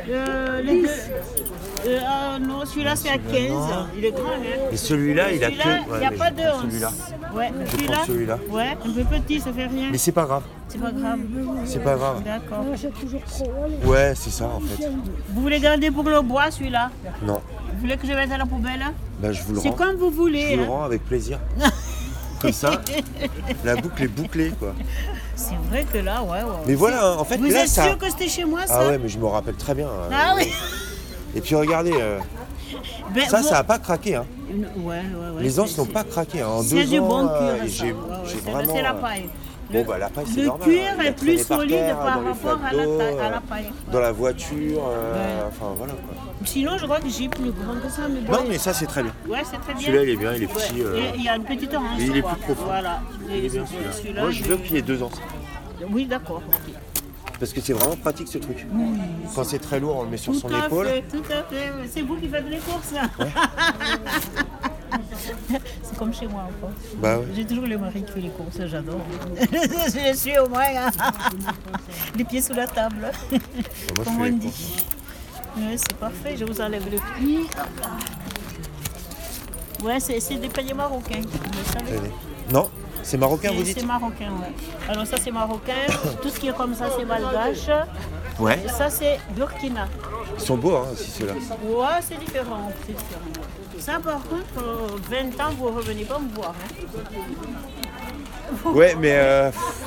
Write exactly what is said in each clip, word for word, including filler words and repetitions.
Euh, les deux. Euh, ah non, celui-là c'est à quinze. Il est grand, hein. Et celui-là, il a Celui-là, que. il Ouais, n'y a mais pas je de prends onze. celui-là. Ouais, Je celui-là. prends celui-là. Ouais, un peu petit, ça fait rien. Mais c'est pas grave. C'est pas grave. C'est pas grave. D'accord. Ouais, c'est ça en fait. Vous voulez garder pour le bois celui-là? Non. Vous voulez que je mette à la poubelle? Bah, je vous le C'est rends. comme vous voulez. Je vous le hein. rends avec plaisir. Comme ça, la boucle est bouclée quoi. C'est vrai que là, ouais, ouais. Mais voilà, hein, en fait, Vous là êtes ça. sûr que c'était chez moi ça? Ah ouais, mais je me rappelle très bien. euh, Ah oui. Et puis regardez, euh, Ben, ça, bon- ça a pas craqué. Hein. Ouais, ouais, ouais. Les anses c'est- n'ont c'est- pas craqué. Hein. En C'est deux du ans, bon cuir. euh, ça. j'ai Ouais, ouais, j'ai c'est- vraiment. C'est la euh, paille. Bon, Le- bah la paille, c'est Le normal. cuir hein. Il a est plus traîné par solide terre, par dans les rapport flaques à la, d'eau, taille- à la euh, paille. Dans la voiture, euh, Ouais. enfin voilà quoi. Sinon, je crois que j'ai plus grand que ça. Mais bon, Non, mais ça c'est très bien. Ouais, c'est très bien. Celui-là, il est bien, il est Ouais. petit. euh, Et il y a une petite orange. et il est quoi. plus profond. Voilà. Il est bien Et celui-là. Moi, je il veux est- qu'il y ait deux ans. Oui, d'accord. ok. Parce que c'est vraiment pratique ce truc. Quand c'est très lourd, on le met sur Tout son à épaule. fait, tout à fait. C'est vous qui faites les courses. là. C'est comme chez moi encore. Bah ouais. J'ai toujours le mari qui fait les courses, j'adore. Je suis au moins hein. les pieds sous la table. Bah, moi, je Comme fais on les dit. courses. Ouais, c'est parfait, je vous enlève le prix. Ouais, c'est c'est des paniers marocains, vous savez. Tenez. Non, c'est marocain, C'est- vous dites C'est marocain, ouais. Alors ça c'est marocain, tout ce qui est comme ça c'est malgache. Ouais. Et ça c'est burkina. Ils sont beaux hein, aussi ceux-là. Ouais, c'est différent, c'est différent. Ça par contre, euh, vingt ans vous revenez pas me voir. hein. Ouais, mais euh,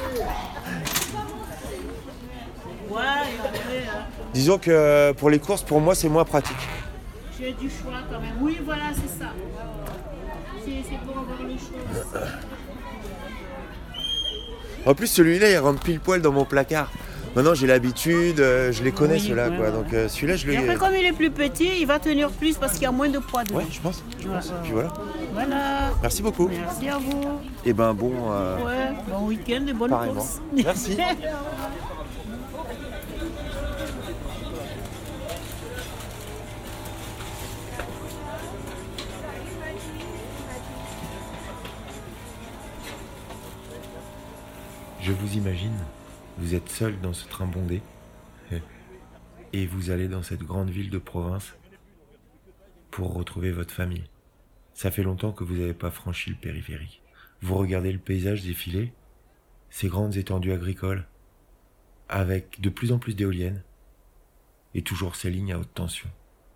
Ouais, et après, euh, disons que euh, pour les courses, pour moi, c'est moins pratique. j'ai du choix quand même. Oui, voilà, c'est ça. C'est c'est pour avoir les choses. En plus, celui-là, il rentre pile poil dans mon placard. Maintenant, j'ai l'habitude, euh, je les connais Oui, ceux-là, ouais, quoi. ouais. Donc euh, celui-là, je le. Et après, comme il est plus petit, il va tenir plus parce qu'il y a moins de poids dedans. Ouais, je pense. Je pense. Ouais, ouais. Puis voilà. Voilà. Merci beaucoup. Merci à vous. Et ben bon. euh, Ouais, bon week-end et bonne Pareillement. course. Merci. Je vous imagine, vous êtes seul dans ce train bondé et vous allez dans cette grande ville de province pour retrouver votre famille. Ça fait longtemps que vous n'avez pas franchi le périphérique. Vous regardez le paysage défiler, ces grandes étendues agricoles, avec de plus en plus d'éoliennes et toujours ces lignes à haute tension.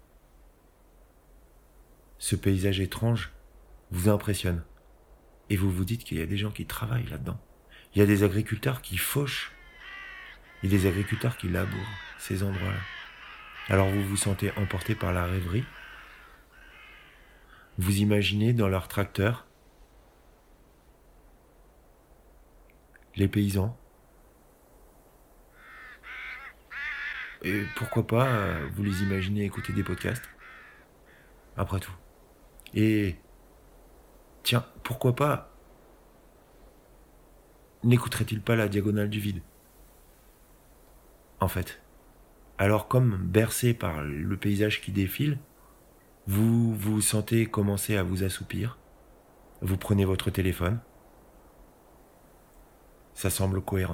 Ce paysage étrange vous impressionne et vous vous dites qu'il y a des gens qui travaillent là-dedans. Il y a des agriculteurs qui fauchent. Il y a des agriculteurs qui labourent ces endroits-là. Alors vous vous sentez emporté par la rêverie. Vous imaginez dans leur tracteur les paysans. Et pourquoi pas, euh, vous les imaginez écouter des podcasts. Après tout. Et tiens, pourquoi pas n'écouterait-il pas la diagonale du vide? En fait. Alors comme bercé par le paysage qui défile, vous vous sentez commencer à vous assoupir, vous prenez votre téléphone, ça semble cohérent.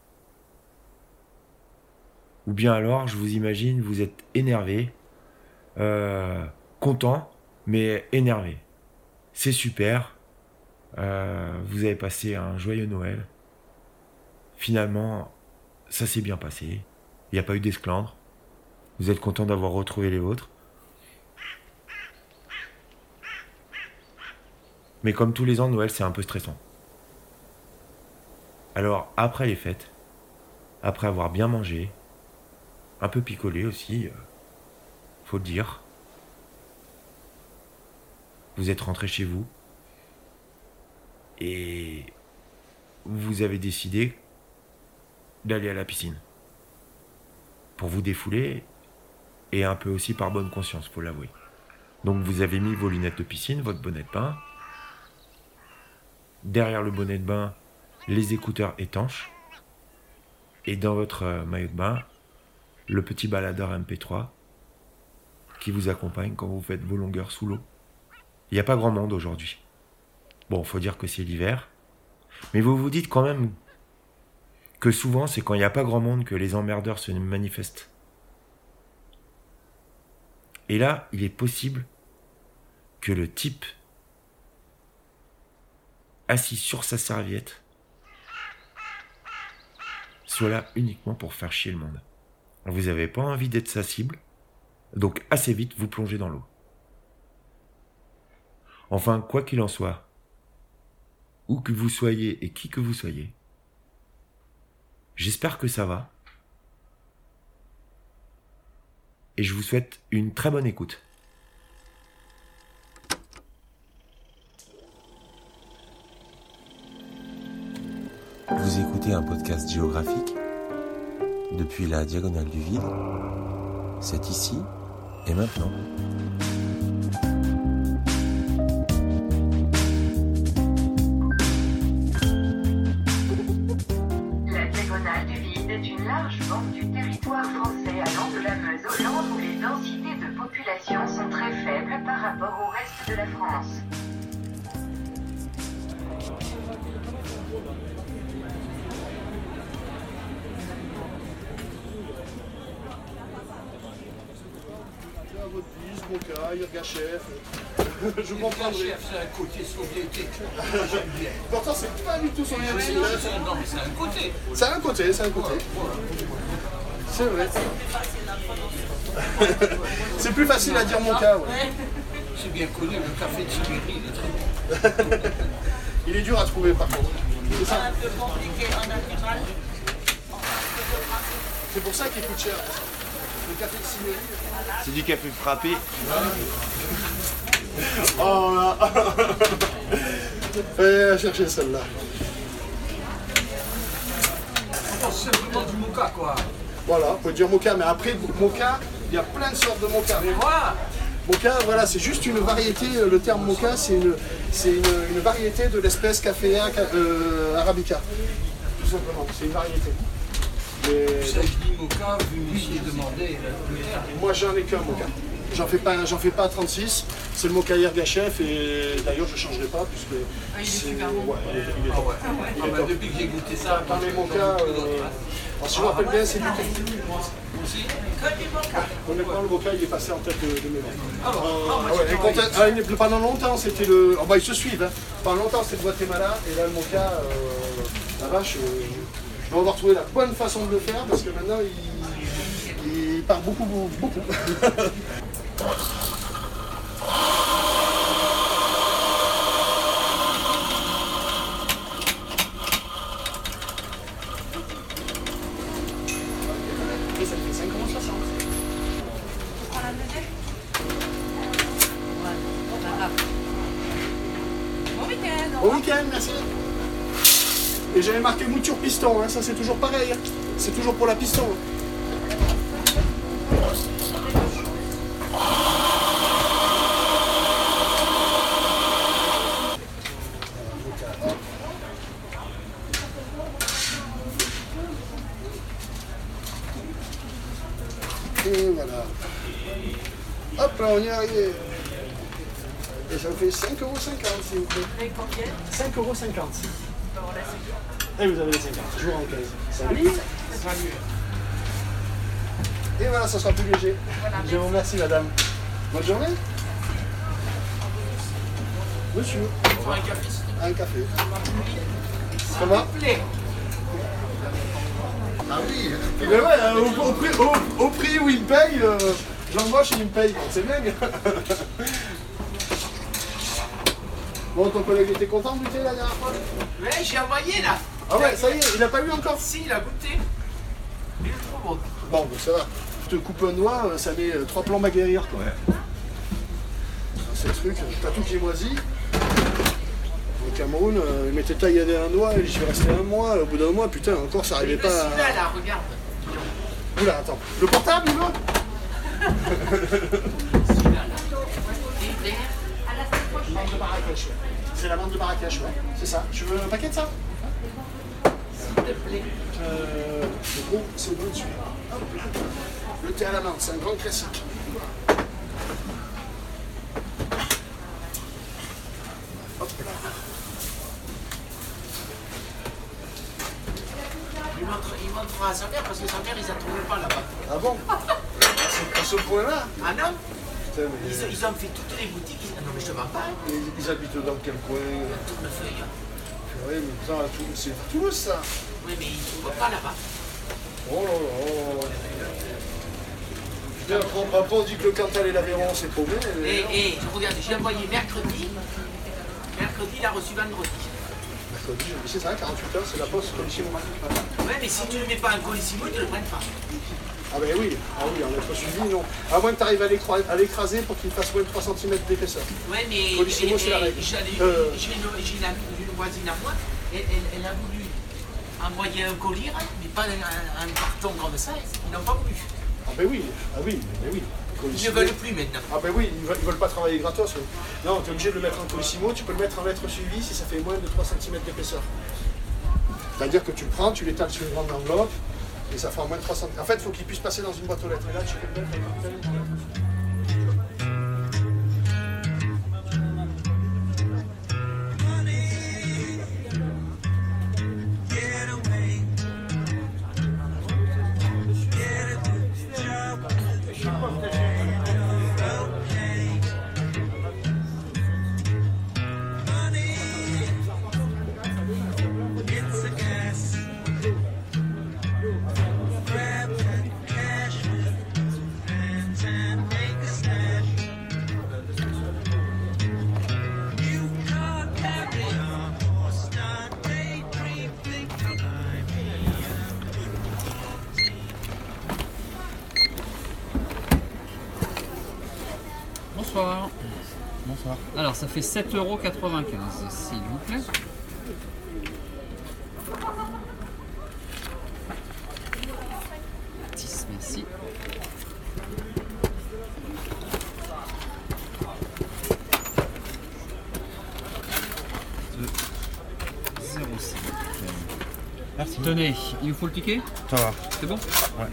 Ou bien alors, je vous imagine, vous êtes énervé, euh, content, mais énervé. C'est super, euh, vous avez passé un joyeux Noël. Finalement, ça s'est bien passé. Il n'y a pas eu d'esclandre. Vous êtes content d'avoir retrouvé les vôtres. Mais comme tous les ans, Noël, c'est un peu stressant. Alors, après les fêtes, après avoir bien mangé, un peu picolé aussi, euh, faut le dire, vous êtes rentré chez vous et vous avez décidé d'aller à la piscine. Pour vous défouler et un peu aussi par bonne conscience, faut l'avouer. Donc vous avez mis vos lunettes de piscine, votre bonnet de bain. Derrière le bonnet de bain, les écouteurs étanches. Et dans votre euh, maillot de bain, le petit baladeur M P trois qui vous accompagne quand vous faites vos longueurs sous l'eau. Il n'y a pas grand monde aujourd'hui. Bon, faut dire que c'est l'hiver. Mais vous vous dites quand même que souvent, c'est quand il n'y a pas grand monde que les emmerdeurs se manifestent. Et là, il est possible que le type assis sur sa serviette soit là uniquement pour faire chier le monde. Vous n'avez pas envie d'être sa cible, donc assez vite vous plongez dans l'eau. Enfin, quoi qu'il en soit, où que vous soyez et qui que vous soyez, j'espère que ça va. Et je vous souhaite une très bonne écoute. Vous écoutez un podcast géographique depuis la diagonale du vide. C'est ici et maintenant. La diagonale du vide est une large bande du territoire français allant de la Meuse au Land où les densités de population sont très faibles par rapport au reste de la France. Moka, Yirgacheffe, je comprendrai. C'est un côté soviétique. J'aime bien. Pourtant, c'est pas du tout soviétique. Non, mais c'est un côté. C'est un côté, c'est un côté. C'est vrai. C'est plus facile à dire Moka, ouais. C'est bien connu, le café de Sibérie, il est très bon. Il est dur à trouver, par contre. C'est ça. un peu compliqué en animal. C'est pour ça qu'il coûte cher. Le café de Sibérie. C'est du café frappé. Oh là. Fallait chercher celle-là. Oh, c'est vraiment du mocha, quoi. Voilà, on peut dire Moka, mais après, Moka, il y a plein de sortes de Moka. Mais moi, Moka, voilà, c'est juste une variété, le terme Moka, c'est une, c'est une, une variété de l'espèce Caféa euh, arabica. Tout simplement, c'est une variété. Mais, vous savez, je dis mocha, vous m'eussiez demandé le terme. moi, j'en ai qu'un Moka. J'en fais pas, j'en fais pas trente-six. C'est le Moka Yirgacheffe et d'ailleurs, je ne changerai pas puisque. il est c'est- super bon. ouais, il est- il est Ah top. ouais. Il Ah est bah, top. depuis que j'ai goûté ça, Dans les Moka, euh, alors, si je me rappelle bien, c'est du thé. aussi. Que du mocha. Honnêtement, le Moka, il est passé en tête de, de mes ventes. Ah bon, Euh, ah, moi, ouais, j'ai et travaillé. quand- ah, il est- pendant longtemps, c'était le. Oh, bah, ils se suivent. Hein. Pendant longtemps, c'était le Guatemala. Et là, le Moka, euh, la vache, euh, je vais avoir trouvé la bonne façon de le faire parce que maintenant, il, il part beaucoup, beaucoup. beaucoup. Et ça me fait cinq euros soixante. Tu prends la deuxième? Ouais, voilà. Bon week-end. Bon week-end, merci. Et j'avais marqué mouture piston, hein. Ça c'est toujours pareil. Hein. C'est toujours pour la piston. Et voilà. Hop là, on y est arrivé. Et ça me fait cinq euros cinquante s'il vous plaît. Avec combien? cinq euros cinquante. Bon, là, c'est Et vous avez les cinquante, toujours en quinze. Salut. Et voilà, ça sera plus léger. Je vous remercie, madame. Bonne journée. Monsieur. Un café. Un café. Comment? Ah oui. Eh ben ouais, euh, au, au prix, au, au prix où il me paye, euh, j'embauche et il me paye. C'est bien. Bon, ton collègue était content de goûter la dernière fois? Ouais, j'ai envoyé là. Ah ouais, ça y est, il a pas eu encore? Si, il a goûté. Il est trop bon. Bon, ben ça va. Je te coupe un doigt, ça met euh, trois plombs à guérir, quoi. C'est le truc, t'as tout qui est moisi. Au Cameroun, euh, il m'était taillé un doigt et j'y suis resté un mois. Au bout d'un mois, putain, encore, ça arrivait Mais pas celui-là, à... là, regarde. Oula, attends. Le portable, il veut? Celui-là, là. Et vert. Menthe de Marrakech, ouais. C'est la menthe de Marrakech, ouais. C'est ça. Tu veux un paquet de ça? S'il te plaît. Euh, le gros, c'est le gros dessus. Hop là. Le thé à la menthe, c'est un grand classique. Hop là. Il montre, il montrera à sa mère parce que sa mère, ils n'en trouvaient pas là-bas. Ah bon? À ce, à ce point-là? Ah non? putain, mais Ils, ils ont fait toutes les boutiques. Ils... Non, mais je te mens pas. ils, ils habitent dans quel coin? Tournefeuille. Oui, mais putain, tout- c'est tout ça. Oui, mais ils ne trouvent pas là-bas. Oh là là. Putain, après, après, on dit que le Cantal et l'Aveyron, c'est paumé. mais Et, non. et je regarde, j'ai envoyé mercredi. Mercredi, il a reçu vendredi. Mercredi, mais c'est ça, quarante-huit heures, c'est la poste comme chez moi. Ouais, mais si tu ne mets pas un colissimo, ils ne te le prennent pas. Ah ben oui, ah oui, en être suivi, non. À moins que tu arrives à l'écra- à l'écraser pour qu'il fasse moins de trois centimètres d'épaisseur. Ouais, mais Colissimo, c'est la règle. j'allais- Euh. j'ai une, j'ai une, amie- une voisine à moi, elle, elle, elle a voulu envoyer un colis, mais pas un, un carton comme ça, ils n'ont pas voulu. Ah ben oui, ah oui, mais oui. Ils ne Colissimo. veulent plus maintenant. Ah ben oui, ils veulent, ils veulent pas travailler gratos. oui. Non, tu es obligé de le mettre en colissimo, tu peux le mettre en lettre suivie si ça fait moins de trois centimètres d'épaisseur. C'est-à-dire que tu le prends, tu l'étales sur une grande enveloppe, et ça fera moins de trois centimètres. En fait, il faut qu'il puisse passer dans une boîte aux lettres. Et là, tu peux le mettre avec une lettre. Bonsoir. Bonsoir. Alors ça fait sept euros quatre-vingt-quinze, s'il vous plaît. dix, merci. zéro cinq. Merci. Tenez, il vous faut le ticket? Ça va. C'est bon? Ouais.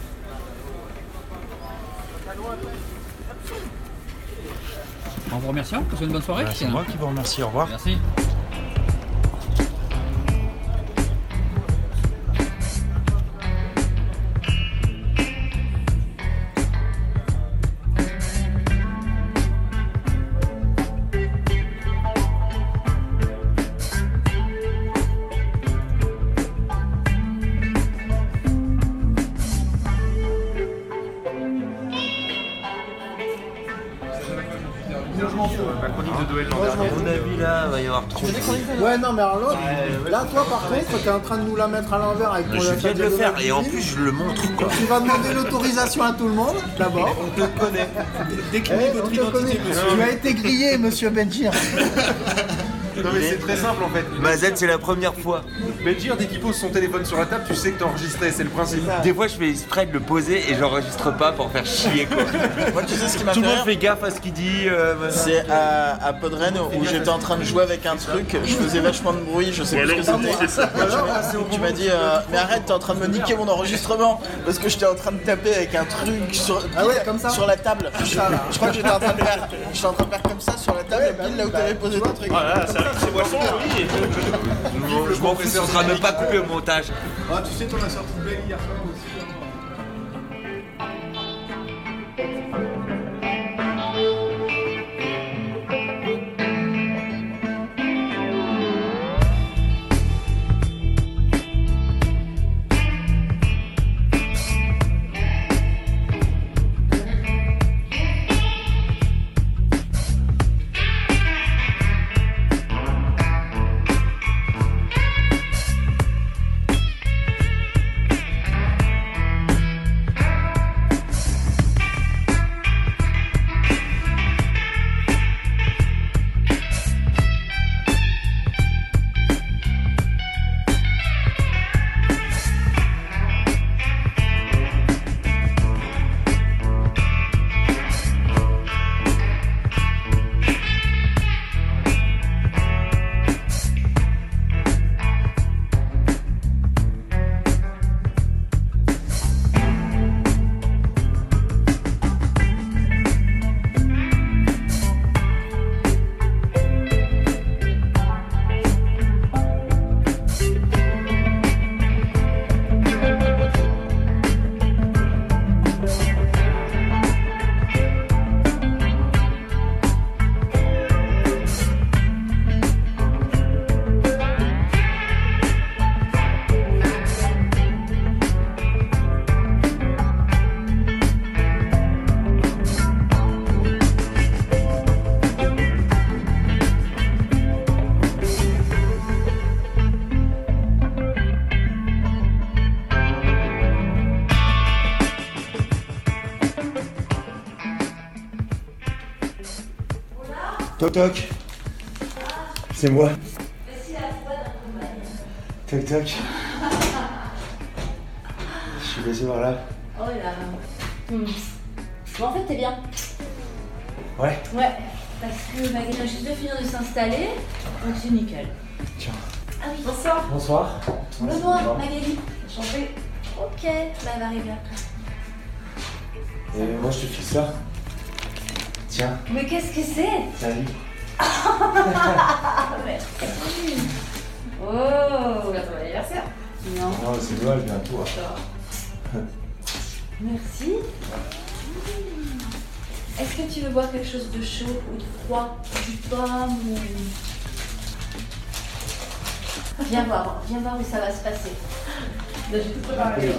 En vous remerciant, passez une bonne soirée. Bah, c'est moi qui vous remercie. Au revoir. Merci. La chronique de Noël l'an dernier. À mon avis, là, il va y avoir trop. Ouais, non, mais alors l'autre, là, toi, par contre, t'es en train de nous la mettre à l'envers avec ton Je viens de le faire et en plus, je le montre, quoi. Tu vas demander l'autorisation à tout le monde, d'abord. On te connaît. Déclinez votre identité, monsieur. Tu as été grillé, monsieur Benjir. Non mais c'est très simple en fait. Mazette, c'est la première fois. Benjir, dès qu'il pose son téléphone sur la table, tu sais que t'es enregistré, c'est le principe. Des fois, je fais exprès de le poser et j'enregistre pas pour faire chier, quoi. Moi, tu sais ce qui m'a Tout fait le monde rire fait gaffe à ce qu'il dit. euh, C'est à, à Podren où j'étais en train de jouer avec un truc, je faisais vachement de bruit, je sais plus ce que c'était. Tu m'as dit, euh, mais arrête, t'es en train de me niquer mon enregistrement parce que j'étais en train de taper avec un truc sur, Ah ouais, comme ça sur la table. Je, je crois que j'étais en train de faire, j'étais en train de faire comme ça sur la table, pile là où t'avais posé ton truc. C'est boisson, oui. Je m'en fous, ce sera même pas coupé au montage. Ah, tu sais, t'en as sorti une belle hier soir aussi. Toc toc. C'est moi. Toc toc. Je suis passé par là. Oh là. Hmm. Bon, en fait, t'es bien. Ouais. Ouais, parce que Magali vient juste de finir de s'installer, donc c'est nickel. Tiens. Ah oui, bonsoir. Bonsoir. Bonsoir, Magali. Changé. Ok, bah elle va arriver après. Et moi je te file ça. Tiens. Mais qu'est-ce que c'est? Salut. Merci. Oh, C'est ton anniversaire. non. Non, c'est Noël bientôt. Merci. Est-ce que tu veux boire quelque chose de chaud ou de froid? Du pomme ou... Viens voir, viens voir où ça va se passer. J'ai tout préparé.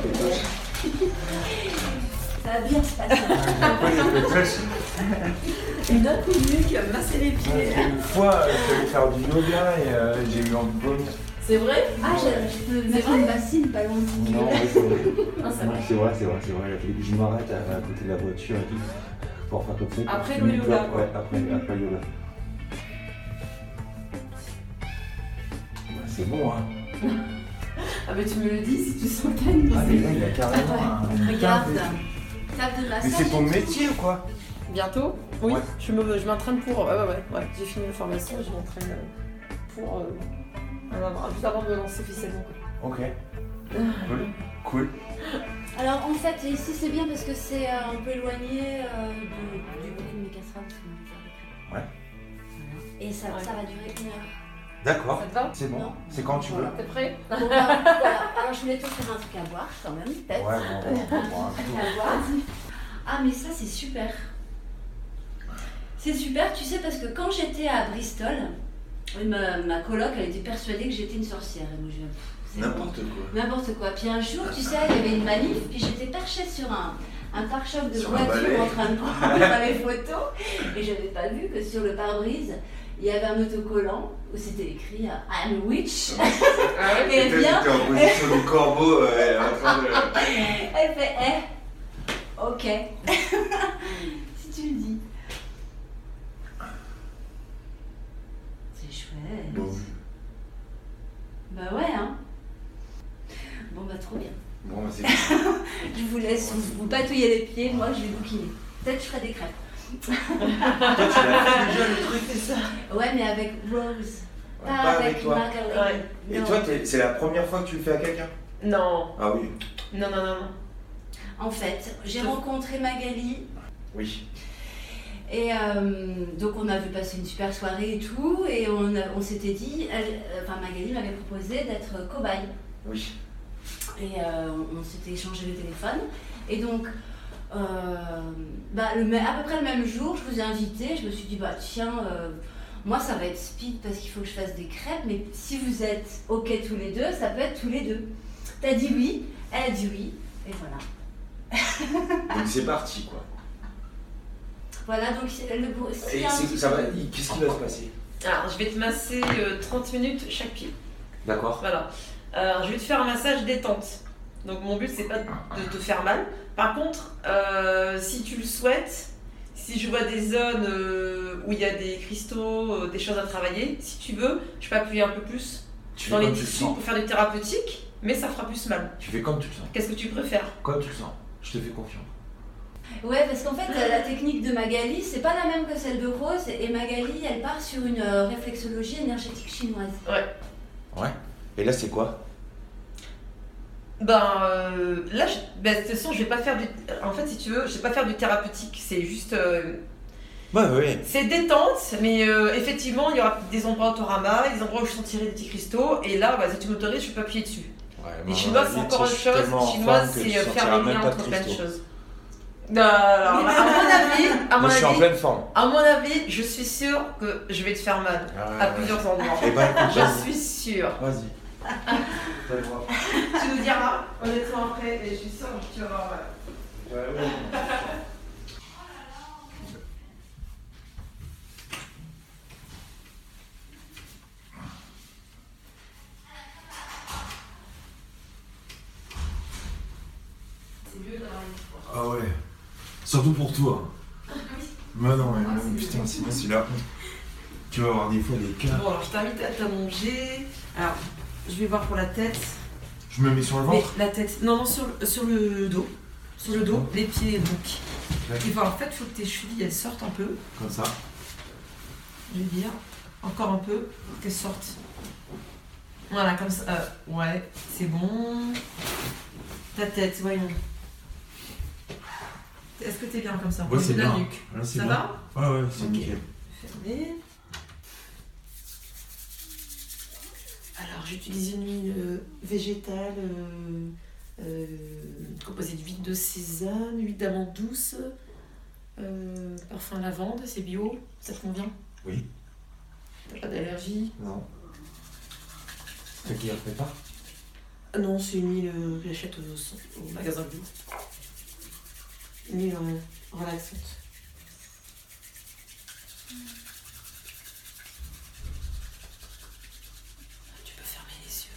Ça va bien se passer. Une inconnue qui a massé les pieds. Une fois, je suis allé faire du yoga et euh, j'ai eu envie de vomir. C'est vrai? Ah, je, je peux mettre une bassine pas loin de Non, ouais, c'est vrai. Ah, c'est vrai. C'est vrai, c'est vrai, c'est vrai. Il a fallu que je m'arrête à, à côté de la voiture et tout. Pour faire comme ça. Après Je le me yoga, bloque, quoi. Ouais, après, après le yoga. Bah, c'est bon, hein. Ah, mais tu me le dis si tu sens que t'as une Ah, mais là, il a carrément un. Regarde. Table de massage. Mais c'est ton métier ou quoi? Bientôt? Oui, Ouais. je me- je m'entraîne pour. Ouais, ouais, ouais. ouais. J'ai fini ma formation et je m'entraîne euh, pour. Euh, en avoir- juste avant de me lancer officiellement. Quoi. Ok. Cool. Cool. Alors en fait, ici c'est bien parce que c'est euh, un peu éloigné euh, du, du bruit de mes casseroles. parce qu'on va faire des crêpes. Ouais. Voilà. Et ça, Ouais. ça va durer une heure. D'accord. Ça te va? C'est bon. Non. C'est quand tu veux. Voilà, t'es prêt? Bon, bah, voilà. Alors je voulais te faire un truc à boire quand même, peut-être. Ouais, bon, bon, bon, bon, Un truc à boire. Ah mais ça c'est super. C'est super, tu sais, parce que quand j'étais à Bristol, ma, ma coloc, elle était persuadée que j'étais une sorcière. Et moi, je, pff, c'est N'importe quoi. N'importe quoi. Puis un jour, tu sais, il y avait une manif, puis j'étais perchée sur un, un pare-choc de Sur un voiture balai. en train de prendre les photos, et j'avais pas vu que sur le pare-brise, il y avait un autocollant où c'était écrit euh, I'm a witch. Et elle vient, en position de corbeau, euh, en train de. elle fait eh, ok, si tu le dis. C'est chouette. Bon. Bah ouais, hein. Bon bah trop bien. Bon, bah, c'est. Je vous laisse vous, vous patouiller les pieds, moi je vais bouquiner. Peut-être je ferai des crêpes. Toi, tu l'as fait déjà le truc, c'est ça? Ouais, mais avec Rose, Ouais, pas, pas avec, avec toi. Marguerite. Ouais. Et Non. toi, t'es- c'est la première fois que tu le fais à quelqu'un? Non. Ah oui. Non, non, non, non. En fait, j'ai rencontré Magali Oui. et euh, donc on a vu passer une super soirée et tout, et on, a- on s'était dit, elle- enfin Magali m'avait proposé d'être cobaye. Oui. Et euh, on, on s'était échangé le téléphone. Et donc, euh, bah, le, mê- à peu près le même jour, je vous ai invité. Je me suis dit, bah tiens, euh, moi ça va être speed parce qu'il faut que je fasse des crêpes. Mais si vous êtes OK tous les deux, ça peut être tous les deux. T'as dit oui, elle a dit oui. Et voilà. Donc c'est parti, quoi. Voilà, donc c'est le beau- s'il y Et a un c'est- petit ça va, peu- il- qu'est-ce qui va se passer? Alors, je vais te masser euh, trente minutes chaque pied. D'accord. Voilà. Alors, je vais te faire un massage détente. Donc, mon but, c'est pas de te faire mal. Par contre, euh, si tu le souhaites, si je vois des zones euh, où il y a des cristaux, euh, des choses à travailler, si tu veux, je peux appuyer un peu plus Tu dans fais les comme tu le tissus sens. pour faire du thérapeutique, mais ça fera plus mal. Tu fais comme tu le sens. Qu'est-ce que tu préfères? Comme tu le sens. Je te fais confiance. Ouais, parce qu'en fait, euh, la technique de Magali, c'est pas la même que celle de Rose. Et Magali, elle part sur une euh, réflexologie énergétique chinoise. Ouais. Et là, c'est quoi? Ben euh, là, je, ben, de toute façon, je vais pas faire du. En fait, si tu veux, je vais pas faire du thérapeutique. C'est juste. euh, Ouais, ouais. C'est détente, mais euh, effectivement, il y aura des endroits autorama, des endroits où je sentirai des petits cristaux, et là, bah, si tu m'autorises, je peux appuyer dessus. Ouais, Les moi, Chinois, à c'est la encore limite, autre je suis chose. tellement Les en Chinois, forme que c'est tu euh, sentiras faire les même liens pas de entre plein de cristaux. choses. Non, alors, à mon avis, à mon Moi, je suis en avis, pleine forme. à mon avis, je suis sûre que je vais te faire mal Ah, ouais, à ouais. plusieurs endroits. Eh ben, écoute, Je vas-y. suis sûre. Vas-y. Fais voir. Tu nous diras, honnêtement, après, et je suis sûre que tu vas avoir mal. Ouais, ouais. C'est mieux d'avoir une fois. Ah ouais. Surtout pour toi. Mais non, mais non, putain, sinon c'est la honte. Tu vas avoir des fois des cas. Bon, alors je t'invite à t'allonger. Alors, je vais voir pour la tête. Je me mets sur le Mais ventre. la tête, non, non, sur le, sur le dos. Sur le dos, les pieds donc. Ouais. Et voilà, en fait, il faut que tes chevilles elles sortent un peu. Comme ça. Je vais dire. Encore un peu, qu'elles sortent. Voilà, comme ça. Euh, ouais, c'est bon. Ta tête, voyons. Est-ce que t'es bien comme ça? Ouais, c'est la bien. nuque. Là, c'est ça bien. va? Ouais, ouais, c'est Ok. nickel. Fermé. Alors, j'utilise une huile euh, végétale euh, euh, composée d'huile de sésame, huile d'amande douce, euh, parfum lavande, c'est bio, ça te convient? Oui. T'as pas d'allergie? Non. C'est toi qui la prépare? Ah non, c'est une huile euh, que j'achète au, au magasin bio. Une huile euh, relaxante. Tu peux fermer les yeux.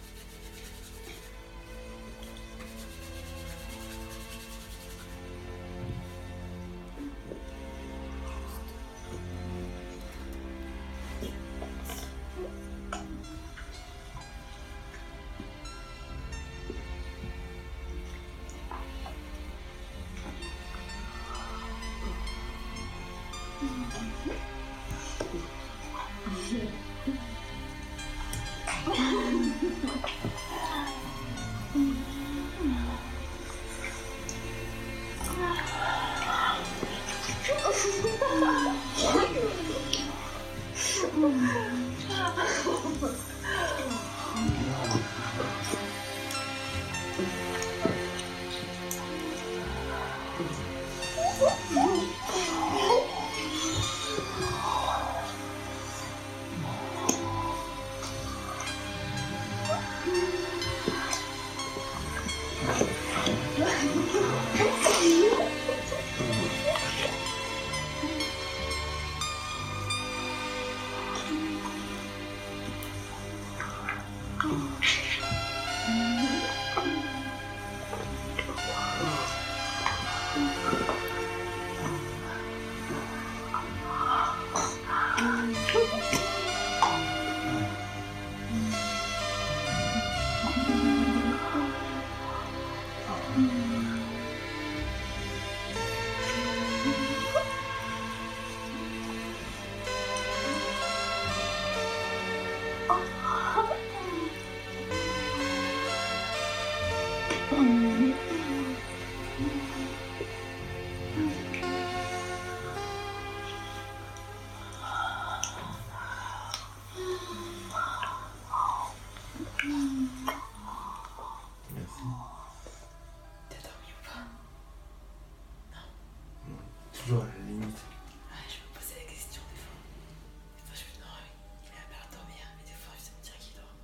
Toujours à la limite. Ouais, je me posais la question des fois. Des fois, je me dis, non, il a peur de dormir, mais des fois, ça me dirait qu'il dort.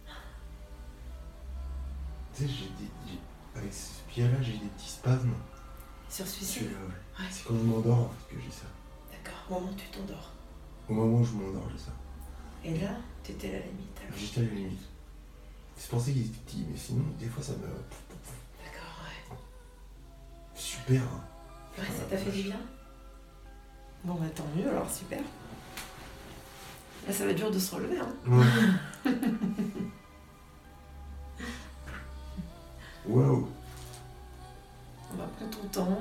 Tu sais, j'ai des. j'ai- Avec ce pied-là, j'ai des petits spasmes. Sur celui-ci? Celui-là, ouais. Ouais. C'est quand je m'endors en fait que j'ai ça. D'accord, au moment où tu t'endors. Au moment où je m'endors, j'ai ça. Et là, t'étais à la limite. alors. J'étais à la limite. Je pensais qu'il était petit, mais sinon, des fois, ça me. D'accord, ouais. Super. Hein. Ouais, ça t'a fait du bien? Bon, bah tant mieux, alors super. Là, ça va être dur de se relever, hein. Ouais. Waouh. On va prendre ton temps.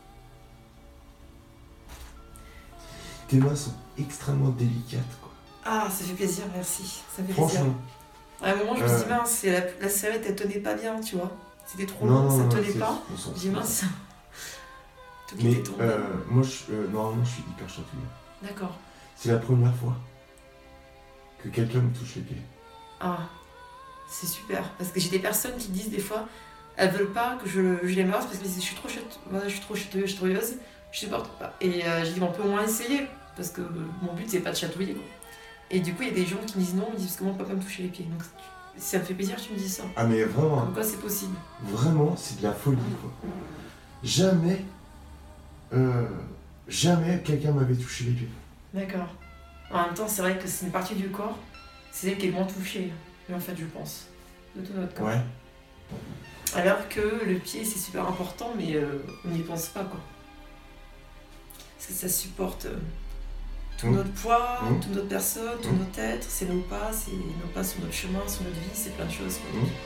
Tes mains sont extrêmement délicates, quoi. Ah, ça fait plaisir, merci. Ça fait plaisir. Franchement. À un moment, je me Euh. suis dit, mince, c'est la, la serviette, elle tenait pas bien, tu vois. C'était trop Non, long, ça non, tenait c'est- pas. on s'en J'ai dit, fout. mince. Tout qui Mais était tombé. euh, moi, je, euh, normalement, je suis hyper chatouillé. D'accord. C'est la première fois que quelqu'un me touche les pieds. Ah, c'est super. Parce que j'ai des personnes qui disent des fois, elles veulent pas que je, je les masse parce que je suis trop chate- moi, je suis trop chatouilleuse, chatouilleuse, je supporte pas. Et euh, je dis, on peut au moins essayer. Parce que mon but, c'est pas de chatouiller, quoi. Et du coup, il y a des gens qui me disent non, ils me disent parce que moi, on peut pas me toucher les pieds. Donc, ça me fait plaisir que tu me dises ça. Ah, mais vraiment. Comme quoi, c'est possible. Vraiment, c'est de la folie, quoi. Jamais, euh, jamais quelqu'un m'avait touché les pieds. D'accord. En même temps, c'est vrai que c'est une partie du corps, c'est celle qui est le moins touchée. Mais en fait, je pense. De tout notre corps. Ouais. Alors que le pied, c'est super important, mais euh, on n'y pense pas, quoi. Parce que ça supporte euh, Tout Mmh. notre poids, Mmh. toute notre personne, tout Mmh. notre être, c'est nos pas, c'est nos pas sur notre chemin, sur notre vie, c'est plein de choses. quoi. Mmh.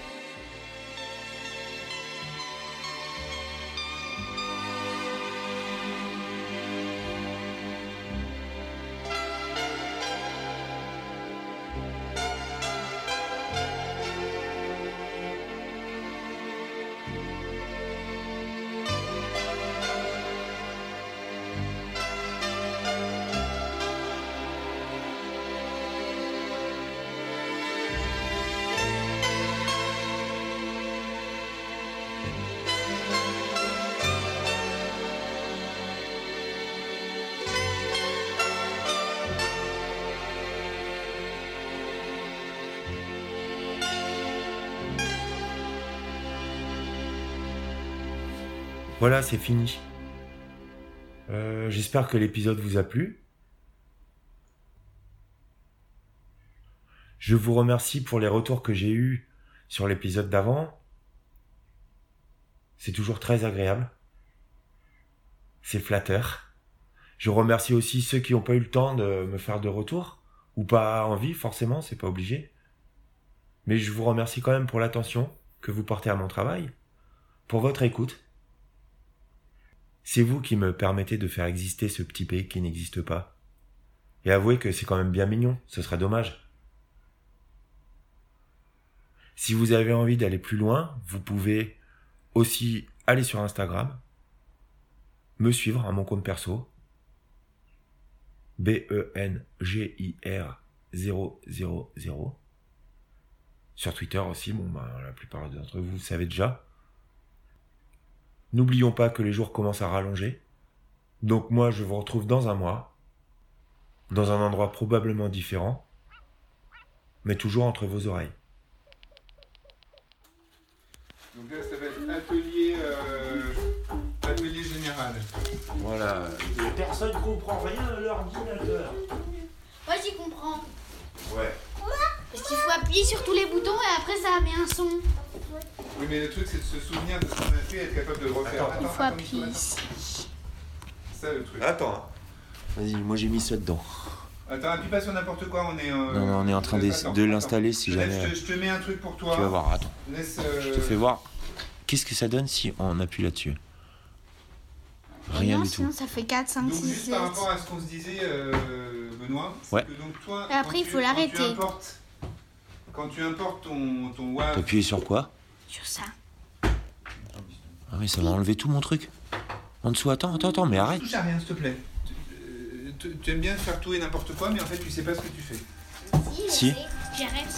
Voilà, c'est fini. Euh, j'espère que l'épisode vous a plu. Je vous remercie pour les retours que j'ai eus sur l'épisode d'avant. C'est toujours très agréable. C'est flatteur. Je remercie aussi ceux qui n'ont pas eu le temps de me faire de retour, ou pas envie, forcément, c'est pas obligé. Mais je vous remercie quand même pour l'attention que vous portez à mon travail, pour votre écoute. C'est vous qui me permettez de faire exister ce petit pays qui n'existe pas. Et avouez que c'est quand même bien mignon, ce serait dommage. Si vous avez envie d'aller plus loin, vous pouvez aussi aller sur Instagram, me suivre à mon compte perso, B E N G I R zéro zéro zéro. Sur Twitter aussi, bon bah la plupart d'entre vous le savez déjà. N'oublions pas que les jours commencent à rallonger. Donc moi, je vous retrouve dans un mois, dans un endroit probablement différent, mais toujours entre vos oreilles. Donc là, ça va être atelier, euh, atelier général. Voilà. Personne comprend rien à l'ordinateur. Moi j'y comprends. Ouais. Parce qu'il faut appuyer sur tous les boutons et après ça met un son. Oui, mais le truc, c'est de se souvenir de ce qu'on a fait et être capable de le refaire. Attends, Attends, Il faut attends, appuyer attends. ici. C'est ça le truc. Attends. Vas-y, moi j'ai mis ça dedans. Attends, appuie pas sur n'importe quoi, on est... Euh... Non, non, on est en train de, Attends, de attends. l'installer si Je laisse- jamais... Je te, je te mets un truc pour toi. Tu vas voir, attends. Laisse, euh... Je te fais voir. Qu'est-ce que ça donne si on appuie là-dessus? Rien non, du sinon tout. ça fait quatre, cinq, Donc six, juste sept. par rapport à ce qu'on se disait, euh, Benoît, c'est Ouais. que donc toi, Et après, quand il tu- faut quand l'arrêter. tu importes- Quand tu importes ton, ton W A V... T'appuies sur quoi? Sur ça. Ah oui, ça va enlever tout mon truc. En dessous, attends, attends, attends, mais arrête. Touche à rien, s'il te plaît. Tu, euh, tu- tu aimes bien faire tout et n'importe quoi, mais en fait, tu sais pas ce que tu fais. Si. J'arrête.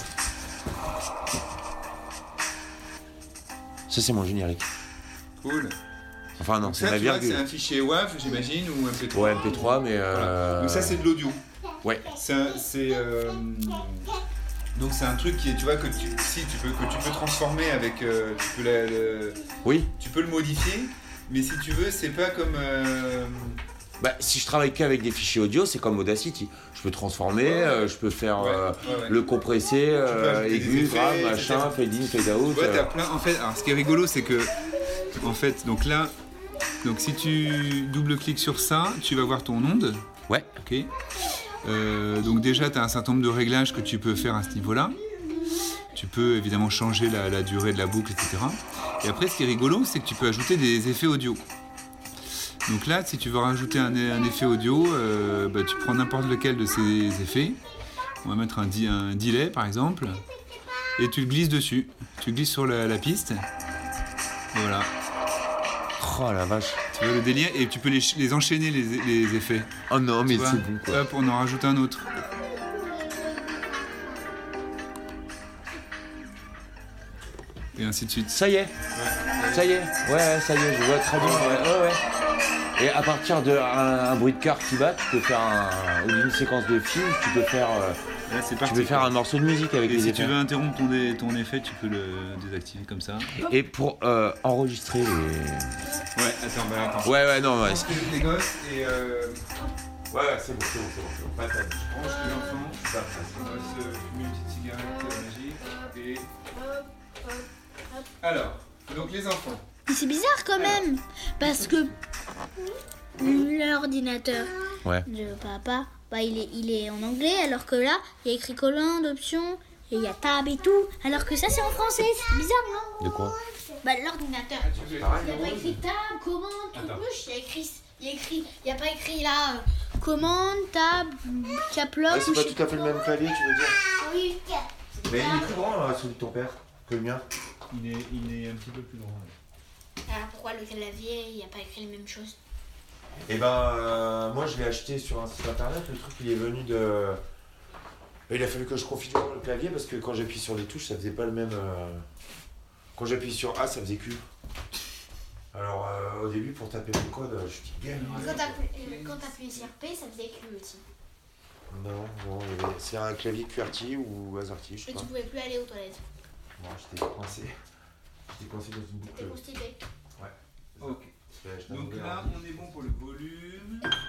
Ça, c'est mon générique. Cool. Enfin, non, Donc c'est ça, la tu vois que virgule. c'est un fichier W A V, j'imagine, ou M P trois. Ouais, M P trois, mais... Euh... Donc ça, c'est de l'audio. Ouais. C'est un- c'est, euh, donc c'est un truc qui est, tu vois, que tu, si, tu peux, que tu peux transformer avec... euh, tu, peux la- le, Oui. tu peux le modifier, mais si tu veux, c'est pas comme... euh, Bah, si je travaille qu'avec des fichiers audio, c'est comme Audacity. Je peux transformer, euh, je peux faire Ouais, euh, ouais, ouais. le compresser, euh, ajouter des aigu, effets, grave, et cetera. machin, fade in, fade Tu out. vois, t'as euh. plein... En fait, alors ce qui est rigolo, c'est que... En fait, donc là... Donc si tu double-cliques sur ça, tu vas voir ton onde. Ouais. Ok. Euh, donc déjà, tu as un certain nombre de réglages que tu peux faire à ce niveau-là. Tu peux évidemment changer la, la durée de la boucle, et cetera. Et après, ce qui est rigolo, c'est que tu peux ajouter des effets audio. Donc là, si tu veux rajouter un, un effet audio, euh, bah, tu prends n'importe lequel de ces effets. On va mettre un, di- un delay, par exemple. Et tu le glisses dessus. Tu glisses sur la, la piste. Et voilà. Oh la vache. Tu vois le délire, et tu peux les, les enchaîner les, les effets. Oh non, mais Tu vois, c'est bon quoi. Hop, on en rajoute un autre. Et ainsi de suite. Ça y est. Ça y est. Ouais, ça y est, je vois très bien. Ouais, ouais, ouais. Et à partir d'un un bruit de cœur qui bat, tu peux faire un, ou d'une séquence de film, tu peux faire, euh, Là, c'est tu parti, peux faire quoi. un morceau de musique avec Et les si effets. tu veux interrompre ton, dé- ton effet, tu peux le désactiver comme ça. Et pour euh, enregistrer les... Ouais, attends, bah attends. Ouais, ouais, non, ouais. Je pense que les gosses et euh... Ouais, ouais, c'est bon, c'est bon, c'est bon, c'est bon. Pas de peine. je branche les enfants. On va se fumer une petite cigarette euh, magique. Et... Alors, donc les enfants. Mais c'est bizarre quand même. Parce que l'ordinateur, Ouais. de papa, bah il est, il est en anglais, alors que là, il y a écrit commande, option, et il y a tab et tout, alors que ça c'est en français, c'est bizarre, non? De quoi? Bah l'ordinateur, il n'y a pas écrit tab, commande, truc mouche, il y a écrit, il y a écrit, il y a pas écrit là, euh, commande, tab, caplock, Ah, c'est pas tout à fait le même clavier, tu veux dire? Oui. Mais il est plus grand, là, celui de ton père, que le mien. Il est, il est un petit peu plus grand. Alors pourquoi le clavier, il n'y a pas écrit les mêmes choses? Et ben, euh, moi je l'ai acheté sur un site internet, le truc il est venu de... Il a fallu que je configure le clavier parce que quand j'appuie sur les touches, ça faisait pas le même... euh, Quand j'appuie sur A, ça faisait Q. Alors euh, au début, pour taper le code, je suis galère. Quand t'appuies sur P, ça faisait Q aussi. Non, non, il y avait- c'est un clavier Q R T ou AZERTY, je sais Et pas. tu pouvais plus aller aux toilettes. Bon, j'étais coincé. J'étais coincé dans une boucle. T'es constipé. Ouais. Ok. Je t'ai- je t'ai Donc demandé là, un- on est bon pour le volume.